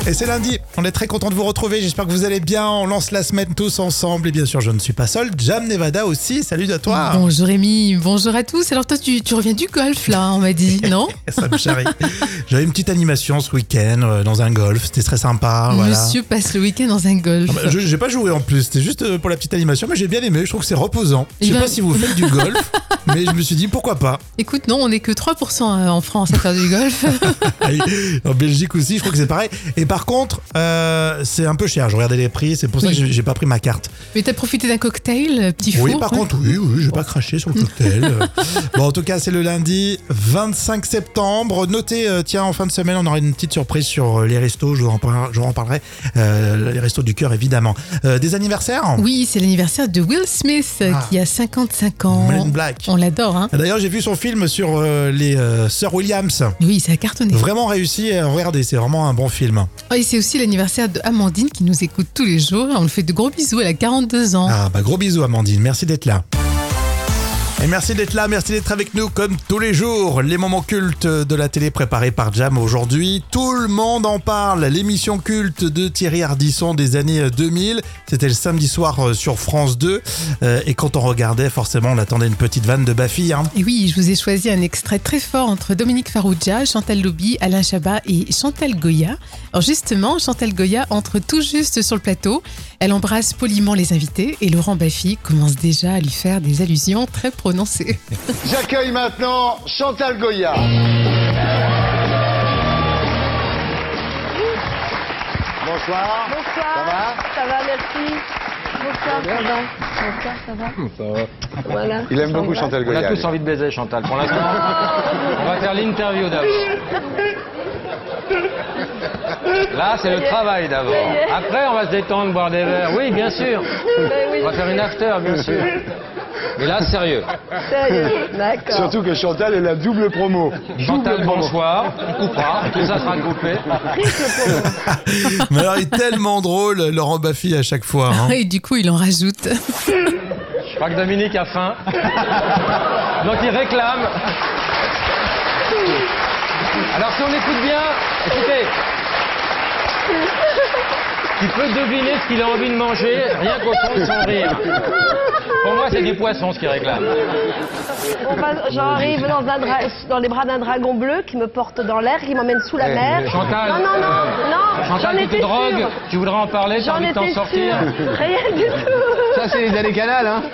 Et c'est lundi, on est très content de vous retrouver, j'espère que vous allez bien, on lance la semaine tous ensemble et bien sûr je ne suis pas seul, Jam Nevada aussi, salut à toi. Bonjour Rémi, bonjour à tous. Alors toi tu reviens du golf là, on m'a dit, non? Ça me charrie. J'avais une petite animation ce week-end dans un golf, c'était très sympa. Voilà. Monsieur passe le week-end dans un golf. J'ai pas joué en plus, c'était juste pour la petite animation, mais j'ai bien aimé, je trouve que c'est reposant. Je sais pas si vous faites du golf, mais je me suis dit pourquoi pas. Écoute, non, on n'est que 3% en France à faire du golf. En Belgique aussi, je crois que c'est pareil. Et par contre, c'est un peu cher. Je regardais les prix, c'est pour ça que j'ai pas pris ma carte. Mais t'as profité d'un cocktail, petit four? Oui, par contre, oui, j'ai pas craché sur le cocktail. Bon, en tout cas, c'est le lundi 25 septembre. Notez, tiens, en fin de semaine, on aura une petite surprise sur les restos. Je vous en parlerai. Les restos du cœur, évidemment. Des anniversaires? Oui, c'est l'anniversaire de Will Smith qui a 55 ans. Men in Black. On l'adore, hein. D'ailleurs, j'ai vu son film sur les sœurs Williams. Oui, ça a cartonné. Vraiment réussi. Regardez, c'est vraiment un bon film. Oh, et c'est aussi l'anniversaire de Amandine qui nous écoute tous les jours. On lui fait de gros bisous, elle a 42 ans. Ah, gros bisous Amandine, merci d'être là. Et merci d'être là, merci d'être avec nous comme tous les jours. Les moments cultes de la télé préparés par Jam aujourd'hui. Tout le monde en parle. L'émission culte de Thierry Ardisson des années 2000. C'était le samedi soir sur France 2. Et quand on regardait, forcément, on attendait une petite vanne de Bafi. Hein. Et oui, je vous ai choisi un extrait très fort entre Dominique Farrugia, Chantal Lobby, Alain Chabat et Chantal Goya. Alors justement, Chantal Goya entre tout juste sur le plateau. Elle embrasse poliment les invités et Laurent Baffy commence déjà à lui faire des allusions très prononcées. J'accueille maintenant Chantal Goya. Bonsoir. Bonsoir. Ça va? Ça va, merci. Bonsoir, ça va. Bonsoir, ça va. Ça va. Voilà. Il aime beaucoup Chantal On a Goya. tous envie de baiser Chantal. Pour l'instant, on va faire l'interview d'abord. Là, c'est le travail d'abord. Après, on va se détendre, boire des verres. Oui, bien sûr. On va faire une after, bien sûr. Mais là, sérieux. Sérieux, d'accord. Surtout que Chantal est la double promo. Chantal, bonsoir. On coupera. Tout ça sera coupé. Mais alors, il est tellement drôle, Laurent Baffy, à chaque fois. Hein. Et du coup, il en rajoute. Je crois que Dominique a faim. Donc, il réclame. Alors, si on écoute bien, écoutez. Tu peux deviner ce qu'il a envie de manger, rien qu'au son de son rire. Pour moi, c'est du poisson ce qu'il réclame. J'arrive dans les bras d'un dragon bleu qui me porte dans l'air, qui m'emmène sous la mer. Chantal, Non, Chantal, tu te drogues, sûre. tu voudrais en parler, tu as J'en envie de t'en étais sortir. sûre. Rien du tout. Ça, c'est les années Canal, hein.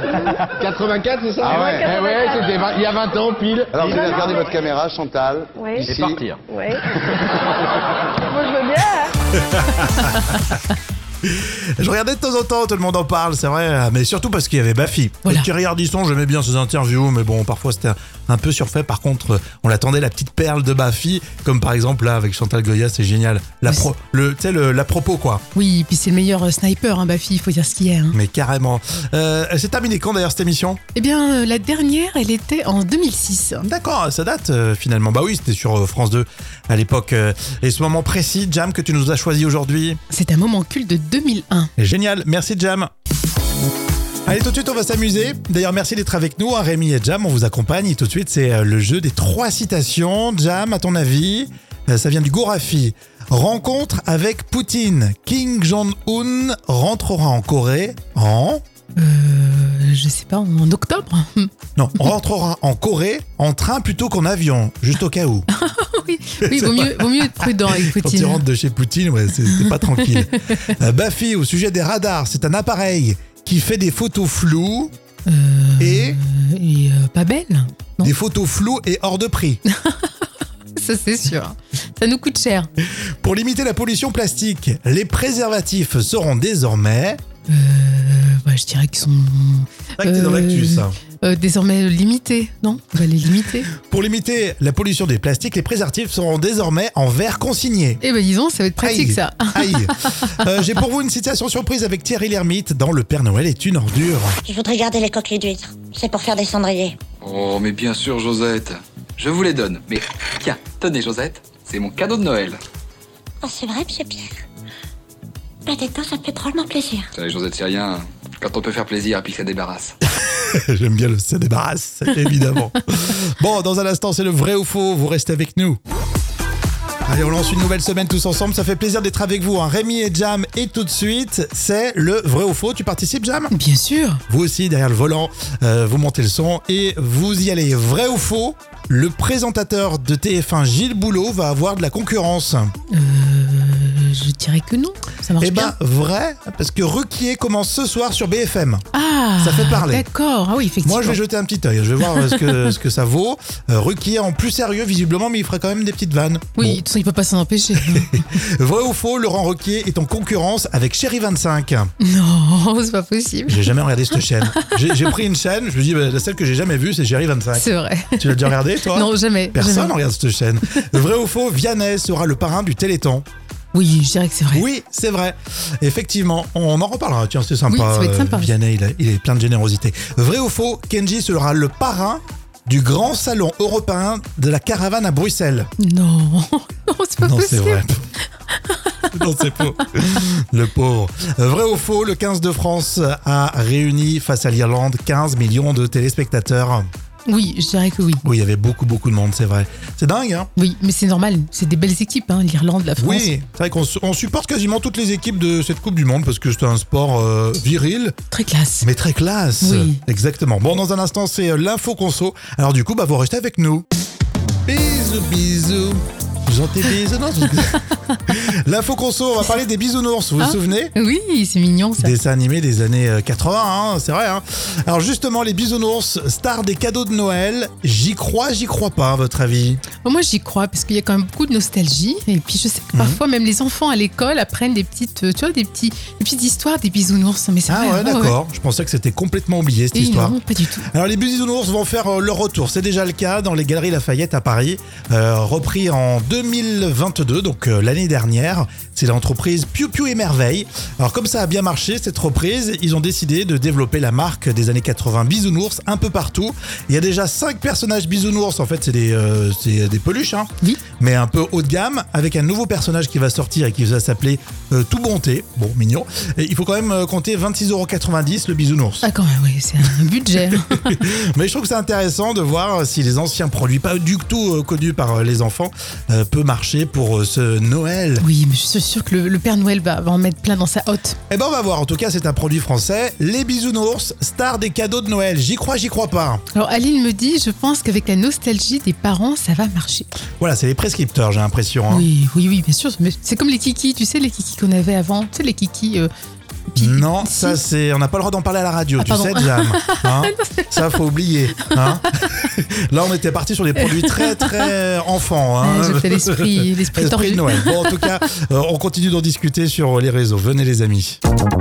84, c'est ça? Ah ouais. Eh ouais, c'était il y a 20 ans, pile. Alors, vous allez regarder votre caméra, Chantal. Oui. Et partir. Oui. Moi, je veux bien. Hein. Je regardais de temps en temps, tout le monde en parle, c'est vrai, mais surtout parce qu'il y avait Baffy. Voilà. Thierry Ardisson, j'aimais bien ses interviews, mais bon, parfois c'était un peu surfait. Par contre, on l'attendait la petite perle de Baffy, comme par exemple là avec Chantal Goya, c'est génial. La propos quoi. Oui, puis c'est le meilleur sniper, hein, Baffy, il faut dire ce qu'il y a. Hein. Mais carrément. Elle s'est terminée quand d'ailleurs cette émission? Eh bien, la dernière, elle était en 2006. D'accord, ça date finalement. Bah oui, c'était sur France 2 à l'époque. Et ce moment précis, Jam, que tu nous as choisi aujourd'hui? C'est un moment culte de 2001. Génial, merci Jam. Allez, tout de suite, on va s'amuser. D'ailleurs, merci d'être avec nous. Hein, Rémi et Jam, on vous accompagne. Et tout de suite, c'est le jeu des 3 citations. Jam, à ton avis, ça vient du Gorafi. Rencontre avec Poutine. Kim Jong-un rentrera en Corée en... Je sais pas, en octobre. Non, rentrera en Corée en train plutôt qu'en avion, juste au cas où. Oui, vaut mieux être prudent avec Quand tu Poutine. rentres de chez Poutine, ouais, c'est pas tranquille. Baffy, au sujet des radars, c'est un appareil qui fait des photos floues et pas belle, non? des photos floues et hors de prix. Ça c'est sûr. Ça nous coûte cher. Pour limiter la pollution plastique, les préservatifs seront désormais... Je dirais qu'ils sont... C'est vrai que t'es dans l'actu, ça. Désormais limités, non? On va les limiter. Pour limiter la pollution des plastiques, les préservatifs seront désormais en verre consigné. Eh ben disons, ça va être pratique. Aïe. Ça. Aïe. J'ai pour vous une citation surprise avec Thierry Lhermitte dans Le Père Noël est une ordure. Je voudrais garder les coquilles d'huîtres. C'est pour faire des cendriers. Oh, mais bien sûr, Josette. Je vous les donne. Mais tiens, tenez, Josette, c'est mon cadeau de Noël. Oh, c'est vrai, monsieur Pierre. La détente, ça me fait drôlement plaisir. Vous savez, Josette, c'est rien. Quand on peut faire plaisir et puis que ça débarrasse. J'aime bien le ça débarrasse, évidemment. Bon, dans un instant, c'est le vrai ou faux. Vous restez avec nous. Allez, on lance une nouvelle semaine tous ensemble, ça fait plaisir d'être avec vous. Rémi et Jam, et tout de suite, c'est le vrai ou faux. Tu participes, Jam ? Bien sûr. Vous aussi, derrière le volant, vous montez le son et vous y allez. Vrai ou faux ? Le présentateur de TF1, Gilles Boulot, va avoir de la concurrence. Je dirais que non. Ça marche bien. Vrai, parce que Ruquier commence ce soir sur BFM. Ah, ça fait parler. D'accord, ah oui, effectivement. Moi, je vais jeter un petit œil, je vais voir ce que ça vaut. Ruquier en plus sérieux, visiblement, mais il ferait quand même des petites vannes. Oui, de toute façon, il peut pas s'en empêcher. Vrai ou faux, Laurent Ruquier est en concurrence avec Chéri 25. Non, c'est pas possible. J'ai jamais regardé cette chaîne. J'ai pris une chaîne, je me dis, la seule que j'ai jamais vue, c'est Chéri 25. C'est vrai. Tu l'as déjà regardé, toi ? Non, jamais. Personne ne regarde cette chaîne. Vrai ou faux, Vianney sera le parrain du Téléthon. Oui, je dirais que c'est vrai. Oui, c'est vrai. Effectivement, on en reparlera. Tiens, c'est sympa. Oui, ça va être sympa. Vianney, il est plein de générosité. Vrai ou faux, Kenji sera le parrain du grand salon européen de la caravane à Bruxelles. Non, non, c'est pas Non, possible. c'est vrai. Non, c'est faux. Le pauvre. Vrai ou faux, le 15 de France a réuni face à l'Irlande 15 millions de téléspectateurs. Oui, je dirais que oui. Oui, il y avait beaucoup de monde, c'est vrai. C'est dingue, hein ? Oui, mais c'est normal. C'est des belles équipes, hein, l'Irlande, la France. Oui, c'est vrai qu'on supporte quasiment toutes les équipes de cette Coupe du Monde parce que c'est un sport viril. Très classe. Mais très classe. Oui. Exactement. Bon, dans un instant, c'est l'info conso. Alors du coup, vous restez avec nous. Bisous, bisous. Gentils bisous. Non, l'info conso, on va parler des bisounours, vous vous souvenez ? Oui, c'est mignon ça. Dessin animé des années 80, hein, c'est vrai. Hein. Alors justement, les bisounours, stars des cadeaux de Noël, j'y crois pas, à votre avis ? Moi, j'y crois parce qu'il y a quand même beaucoup de nostalgie. Et puis, je sais que parfois, même les enfants à l'école apprennent des petites, tu vois, des petites histoires des bisounours. Mais c'est vrai. Ouais, d'accord. Je pensais que c'était complètement oublié, cette histoire. Non, pas du tout. Alors, les bisounours vont faire leur retour. C'est déjà le cas dans les Galeries Lafayette à Paris. Repris en 2022, donc l'année dernière. C'est l'entreprise Piou Piou et Merveille. Alors, comme ça a bien marché, cette reprise, ils ont décidé de développer la marque des années 80 bisounours un peu partout. Il y a déjà 5 personnages bisounours. En fait, c'est des peluches, hein, Oui. mais un peu haut de gamme, avec un nouveau personnage qui va sortir et qui va s'appeler Tout Bonté. Bon, mignon. Et il faut quand même compter 26,90€ le bisounours. Ah, quand même, oui, c'est un budget. Mais je trouve que c'est intéressant de voir si les anciens produits, pas du tout connus par les enfants, peut marcher pour ce Noël. Oui, mais je suis sûre que le Père Noël va en mettre plein dans sa hotte. Eh ben on va voir, en tout cas c'est un produit français, les bisounours, stars des cadeaux de Noël, j'y crois pas. Alors Aline me dit, je pense qu'avec la nostalgie des parents, ça va marcher. Voilà, c'est les prescripteurs, j'ai l'impression. Hein. Oui, bien sûr. Mais c'est comme les kikis, tu sais, les kikis qu'on avait avant. Tu sais, les kikis... Non, ça c'est, on n'a pas le droit d'en parler à la radio, tu sais, Jam. Hein, ça faut oublier. Hein. Là, on était parti sur des produits très enfants. Hein. J'ai fait l'esprit tordu. De Noël. Bon, en tout cas, on continue d'en discuter sur les réseaux. Venez les amis.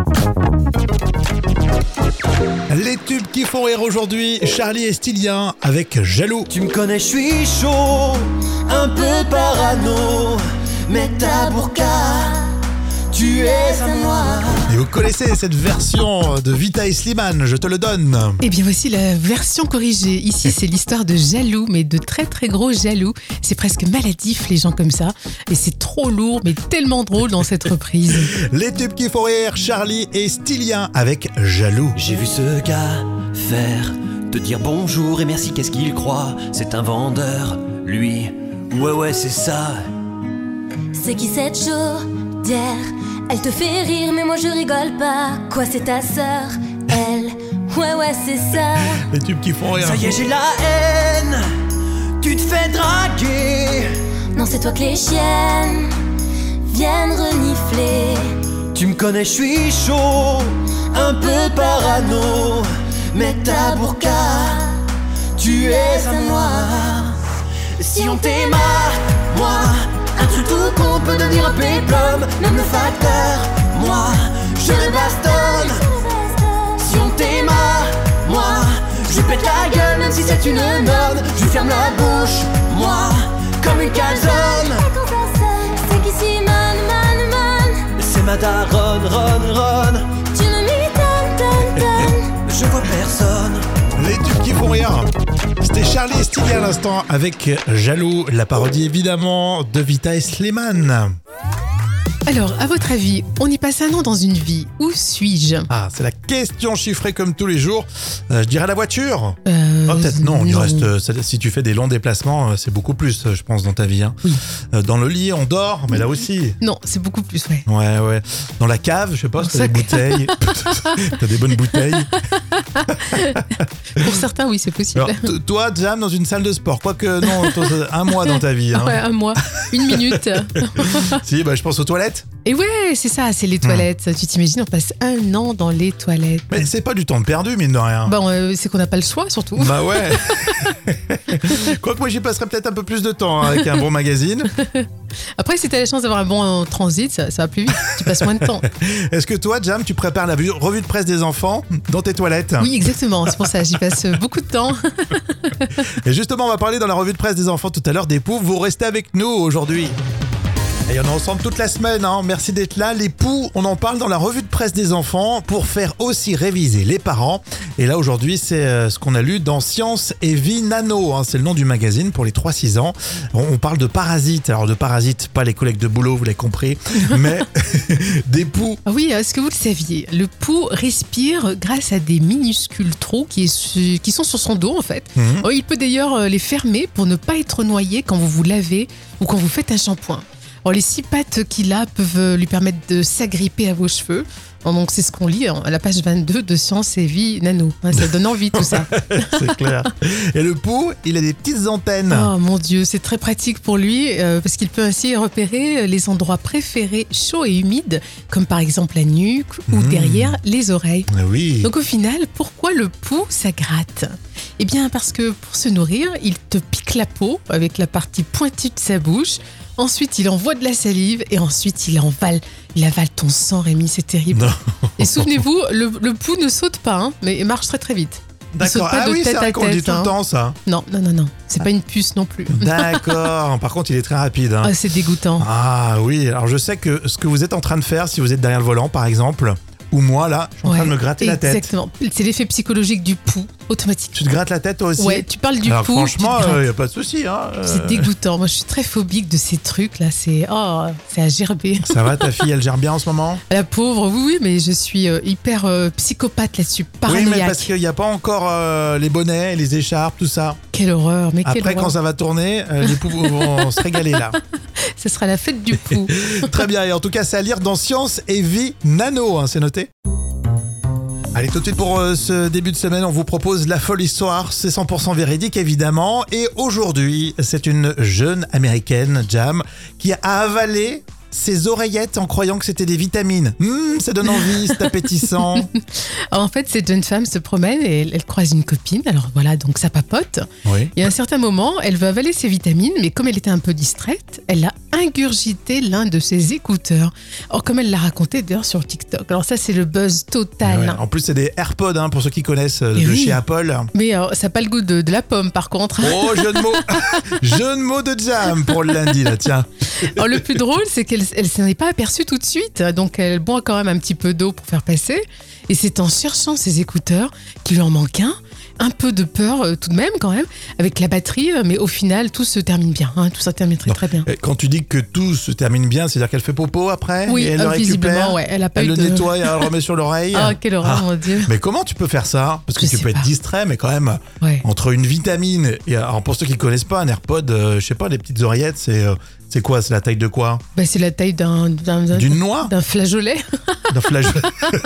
Les tubes qui font rire aujourd'hui, Charlie et Stylien avec Jaloux. Tu me connais, je suis chaud, un peu parano, mais ta burqa, tu es à moi. Et vous connaissez cette version de Vita et Slimane, je te le donne. Eh bien voici la version corrigée. Ici c'est l'histoire de jaloux, mais de très gros jaloux. C'est presque maladif les gens comme ça. Et c'est trop lourd, mais tellement drôle dans cette reprise. Les tubes qui font rire, Charlie et Stylien avec Jaloux. J'ai vu ce gars faire, te dire bonjour et merci, qu'est-ce qu'il croit? C'est un vendeur, lui. Ouais, c'est ça. C'est qui cette chaudière? Elle te fait rire, mais moi je rigole pas. Quoi, c'est ta sœur? Elle, ouais, c'est ça. Les tubes qui font rire. Ça y est, j'ai la haine. Tu te fais draguer. Non, c'est toi que les chiennes viennent renifler. Tu me connais, je suis chaud, un peu parano, mais ta burqa, tu es à moi. Si on t'aimait, moi, un truc tout con peut devenir un péplum. Même le facteur, moi, je le bastonne. Si on t'aimait, moi, je pète la gueule même si c'est une norme. Je ferme la bouche, moi, comme une calzone. C'est qui Simone, man. C'est ma daronne, Ron. Tu me m'étonnes. Je vois personne. Les tubes qui font rire. C'était Charlie et Stylien à l'instant avec Jaloux, la parodie évidemment de Vita et Slimane. Alors, à votre avis, on y passe un an dans une vie. Où suis-je? Ah, c'est la question chiffrée comme tous les jours. Je dirais la voiture. Peut-être non, il reste, si tu fais des longs déplacements, c'est beaucoup plus, je pense, dans ta vie. Hein. Oui. Dans le lit, on dort, mais là aussi. Non, c'est beaucoup plus, ouais. Ouais. Dans la cave, je sais pas, si t'as des bouteilles. T'as des bonnes bouteilles. Pour certains, oui, c'est possible. Alors, toi, Jam, dans une salle de sport, quoique non, toi, un mois dans ta vie. Hein. Ouais, un mois, 1 minute. Si, je pense aux toilettes. Et ouais, c'est ça, c'est les toilettes. Tu t'imagines, on passe 1 an dans les toilettes. Mais c'est pas du temps de perdu, mine de rien. Bon, c'est qu'on n'a pas le choix, surtout. Bah ouais. Quoique moi, j'y passerais peut-être un peu plus de temps avec un bon magazine. Après, si t'as la chance d'avoir un bon transit, ça va plus vite. Tu passes moins de temps. Est-ce que toi, Jam, tu prépares la revue de presse des enfants dans tes toilettes? Oui, exactement. C'est pour ça, j'y passe beaucoup de temps. Et justement, on va parler dans la revue de presse des enfants tout à l'heure des poux. Vous restez avec nous aujourd'hui. Et on est ensemble toute la semaine, hein. Merci d'être là. Les poux, on en parle dans la revue de presse des enfants pour faire aussi réviser les parents. Et là aujourd'hui, c'est ce qu'on a lu dans Science et Vie Nano, hein. C'est le nom du magazine pour les 3-6 ans. On parle de parasites. Alors de parasites, pas les collègues de boulot, vous l'avez compris, mais des poux. Oui, est-ce que vous le saviez? Le pou respire grâce à des minuscules trous qui sont sur son dos en fait. Il peut d'ailleurs les fermer pour ne pas être noyé quand vous vous lavez ou quand vous faites un shampoing. Alors, les 6 pattes qu'il a peuvent lui permettre de s'agripper à vos cheveux. Donc c'est ce qu'on lit à la page 22 de Science et Vie Nano. Ça donne envie tout ça. C'est clair. Et le pou, il a des petites antennes. Oh mon Dieu, c'est très pratique pour lui parce qu'il peut ainsi repérer les endroits préférés chauds et humides, comme par exemple la nuque ou derrière les oreilles. Oui. Donc au final, pourquoi le pou, ça gratte? Eh bien parce que pour se nourrir, il te pique la peau avec la partie pointue de sa bouche. Ensuite, il envoie de la salive et ensuite, il avale ton sang, Rémi, c'est terrible. Non. Et souvenez-vous, le pou ne saute pas, hein, mais il marche très très vite. D'accord. Ah oui, c'est vrai qu'on le dit tout le temps, ça. Non. C'est pas une puce non plus. D'accord. Par contre, il est très rapide. Hein. Ah, c'est dégoûtant. Ah oui, alors je sais que ce que vous êtes en train de faire, si vous êtes derrière le volant, par exemple, ou moi, là, je suis en train de me gratter la tête. Exactement. C'est l'effet psychologique du pou, automatique. Tu te grattes la tête toi aussi? Ouais, tu parles du alors, pou. Franchement, il n'y a pas de souci. Hein. C'est dégoûtant. Moi, je suis très phobique de ces trucs-là. C'est à gerber. Ça va, ta fille, elle gère bien en ce moment? La pauvre, oui, mais je suis hyper psychopathe là-dessus. Paranoïaque. Oui, mais parce qu'il n'y a pas encore les bonnets, les écharpes, tout ça. Quelle horreur, mais quelle Après, horreur. quand ça va tourner, les poux vont se régaler là. Ce sera la fête du pou. Très bien, et en tout cas, c'est à lire dans Science et Vie Nano, hein, c'est noté. Allez, tout de suite pour ce début de semaine, on vous propose la folle histoire. C'est 100% véridique, évidemment. Et aujourd'hui, c'est une jeune américaine, Jam, qui a avalé ses oreillettes en croyant que c'était des vitamines. Ça donne envie, c'est appétissant. En fait, cette jeune femme se promène et elle croise une copine. Alors voilà, donc ça papote. Oui. Et à un certain moment, elle veut avaler ses vitamines, mais comme elle était un peu distraite, elle a ingurgité l'un de ses écouteurs. Or, comme elle l'a raconté d'ailleurs sur TikTok. Alors ça, c'est le buzz total. Ouais. En plus, c'est des AirPods, hein, pour ceux qui connaissent de oui. chez Apple. Mais ça n'a pas le goût de la pomme, par contre. Oh, jeu de mots. Jeu de mots de Jam pour le lundi, là, tiens. Alors, le plus drôle, c'est qu'elle s'en est pas aperçue tout de suite. Donc, elle boit quand même un petit peu d'eau pour faire passer. Et c'est en cherchant ses écouteurs qu'il lui en manque un peu de peur tout de même quand même, avec la batterie, mais au final, tout se termine bien. Hein, tout ça termine très bien. Quand tu dis que tout se termine bien, c'est-à-dire qu'elle fait popo après? Oui, et elle le récupère, ouais, elle a pas elle eu le nettoie et elle le remet sur l'oreille. Ah, quelle horreur, mon Dieu. Mais comment tu peux faire ça? Parce que tu peux être distrait, mais quand même, entre une vitamine et alors pour ceux qui connaissent pas, un AirPod, je sais pas, des petites oreillettes, c'est quoi? C'est la taille de quoi? C'est la taille d'une noix? D'un flageolet. D'un flageolet.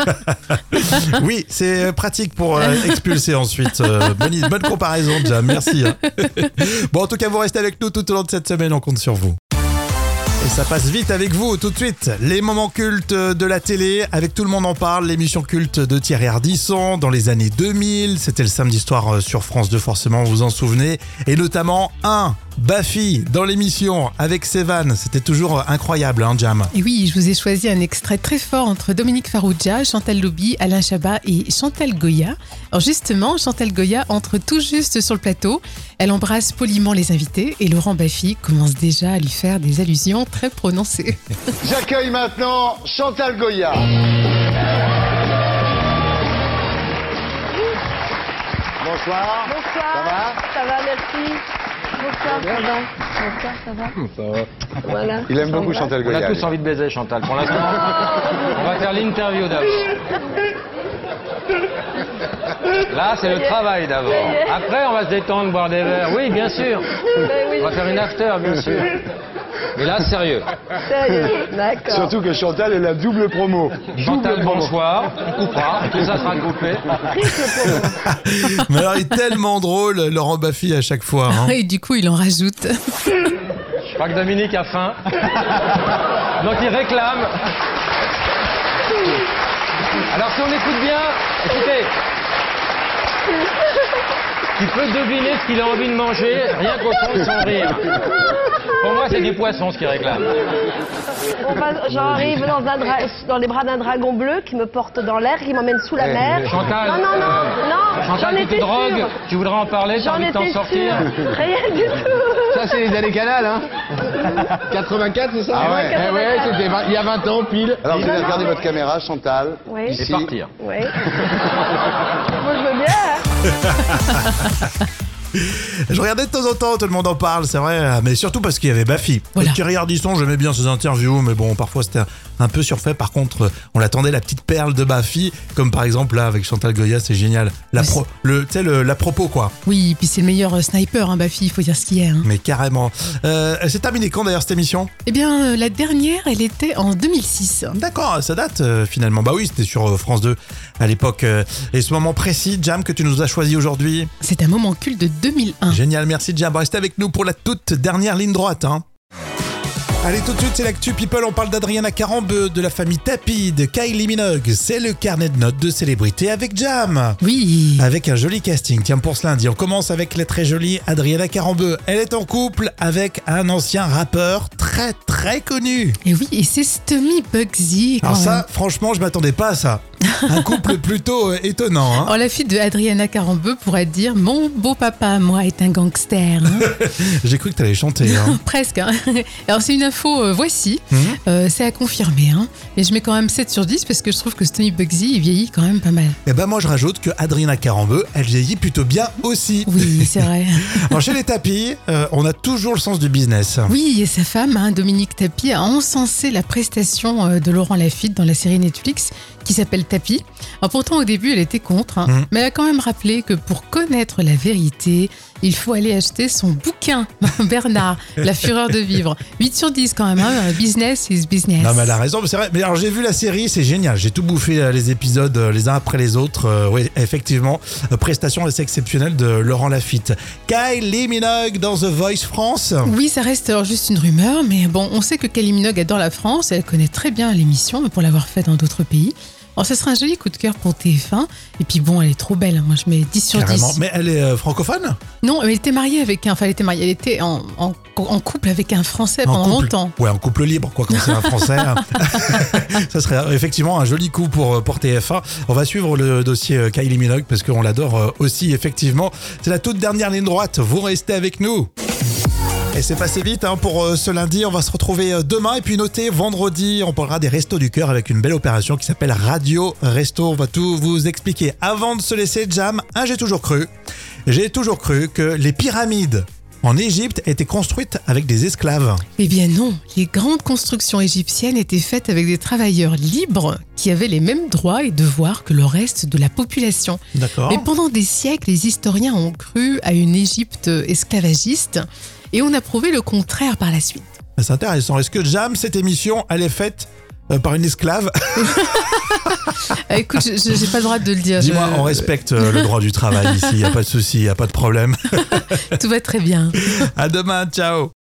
Oui, c'est pratique pour expulser ensuite. Bonne comparaison, Jam, merci. Hein. Bon, en tout cas, vous restez avec nous tout au long de cette semaine, on compte sur vous. Et ça passe vite avec vous, tout de suite. Les moments cultes de la télé, avec Tout le monde en parle, l'émission culte de Thierry Ardisson dans les années 2000. C'était le samedi soir sur France 2, forcément, vous vous en souvenez. Et notamment Baffy dans l'émission avec ses vannes. C'était toujours incroyable, hein, Jam? Et oui, je vous ai choisi un extrait très fort entre Dominique Farrugia, Chantal Lobby, Alain Chabat et Chantal Goya. Alors justement, Chantal Goya entre tout juste sur le plateau. Elle embrasse poliment les invités et Laurent Baffy commence déjà à lui faire des allusions très prononcées. J'accueille maintenant Chantal Goya. Bonsoir. Bonsoir. Ça va? Ça va, merci. Bonsoir, ça va. Bonsoir, ça va. Ça va. Voilà. Il aime beaucoup Chantal On Goya. a tous envie de baiser Chantal. Pour l'instant, on va faire l'interview d'abord. Là, c'est le travail d'abord. Après, on va se détendre, boire des verres. Oui, bien sûr. On va faire une after, bien sûr. Mais là, sérieux. Sérieux, d'accord. Surtout que Chantal est la double promo. Chantal, bonsoir. On coupera. Tout ça sera coupé. Mais alors, il est tellement drôle, Laurent Baffy, à chaque fois. Hein. Et du coup, il en rajoute. Je crois que Dominique a faim. Donc, il réclame. Alors, si on écoute bien, écoutez. Tu peux deviner ce qu'il a envie de manger, rien qu'au son de son rire. Pour moi, c'est du poisson ce qu'il réclame. J'arrive dans les bras d'un dragon bleu qui me porte dans l'air, qui m'emmène sous la mer. Chantal, Non, Chantal, tu te drogues, tu voudrais en parler, tu as envie de t'en sortir. Rien du tout. Ça, c'est les années Canal, hein 84, c'est ça? Ah ouais. Ouais, c'était il y a 20 ans pile. Alors, vous allez regarder votre caméra, Chantal. Oui. Et partir. Oui. Moi, je veux bien. Je regardais de temps en temps, tout le monde en parle, c'est vrai, mais surtout parce qu'il y avait Baffy. Voilà. Thierry Ardisson, j'aimais bien ses interviews, mais bon, parfois c'était un peu surfait. Par contre, on l'attendait la petite perle de Baffy, comme par exemple là avec Chantal Goya, c'est génial. La propos quoi. Oui, puis c'est le meilleur sniper, hein, Baffy, il faut dire ce qu'il y a. Hein. Mais carrément. C'est terminé quand d'ailleurs cette émission? Eh bien, la dernière, elle était en 2006. D'accord, ça date finalement. Bah oui, c'était sur France 2 à l'époque. Et ce moment précis, Jam, que tu nous as choisi aujourd'hui? C'est un moment culte de 2001. Génial, merci Jam. Restez avec nous pour la toute dernière ligne droite. Hein. Allez, tout de suite, c'est l'actu People. On parle d'Adriana Carambeu, de la famille Tapi, de Kylie Minogue. C'est le carnet de notes de célébrités avec Jam. Oui. Avec un joli casting. Tiens, pour ce lundi, on commence avec la très jolie Adriana Carambeu. Elle est en couple avec un ancien rappeur très très connu. Et oui, et c'est Stomy Bugsy. Alors ça, franchement, je m'attendais pas à ça. Un couple plutôt étonnant. Hein. Alors, la fille de Adriana Carambeu pourrait dire « Mon beau papa, moi, est un gangster. Hein. » J'ai cru que t'allais chanter. Hein. Presque. Hein. Alors, c'est une info, voici. C'est à confirmer. Hein. Mais je mets quand même 7 sur 10 parce que je trouve que Stomy Bugsy, il vieillit quand même pas mal. Et ben moi, je rajoute que Adriana Carambeu, elle vieillit plutôt bien aussi. Oui, c'est vrai. Alors, chez les Tapi, on a toujours le sens du business. Oui, et sa femme, hein, Dominique Tapi, a encensé la prestation de Laurent Lafitte dans la série Netflix qui s'appelle Tapi. Alors pourtant, au début, elle était contre, hein, mais elle a quand même rappelé que pour connaître la vérité, il faut aller acheter son bouquin, Bernard, La fureur de vivre. 8 sur 10 quand même, hein, business is business. Non, mais elle a raison, c'est vrai. Mais alors, j'ai vu la série, c'est génial. J'ai tout bouffé les épisodes les uns après les autres. Oui, effectivement, prestation assez exceptionnelle de Laurent Lafitte. Kylie Minogue dans The Voice France. Oui, ça reste alors juste une rumeur, mais bon, on sait que Kylie Minogue adore la France, elle connaît très bien l'émission pour l'avoir fait dans d'autres pays. Alors, ce sera un joli coup de cœur pour TF1. Et puis bon, elle est trop belle. Moi, je mets 10 sur 10. Mais elle est francophone? Non, elle était mariée avec elle était en couple avec un Français pendant longtemps. Ouais, en couple libre, quoi, quand c'est un Français. Ça serait effectivement un joli coup pour TF1. On va suivre le dossier Kylie Minogue parce qu'on l'adore aussi, effectivement. C'est la toute dernière ligne droite. Vous restez avec nous. Et c'est passé vite hein, pour ce lundi. On va se retrouver demain. Et puis notez, vendredi, on parlera des Restos du Cœur avec une belle opération qui s'appelle Radio Resto. On va tout vous expliquer. Avant de se laisser, Jam, j'ai toujours cru que les pyramides en Égypte étaient construites avec des esclaves. Eh bien non, les grandes constructions égyptiennes étaient faites avec des travailleurs libres qui avaient les mêmes droits et devoirs que le reste de la population. D'accord. Mais pendant des siècles, les historiens ont cru à une Égypte esclavagiste et on a prouvé le contraire par la suite. C'est intéressant. Est-ce que Jam, cette émission, elle est faite par une esclave? Écoute, je n'ai pas le droit de le dire. Dis-moi, on respecte le droit du travail ici, il n'y a pas de souci, il n'y a pas de problème. Tout va très bien. À demain, ciao.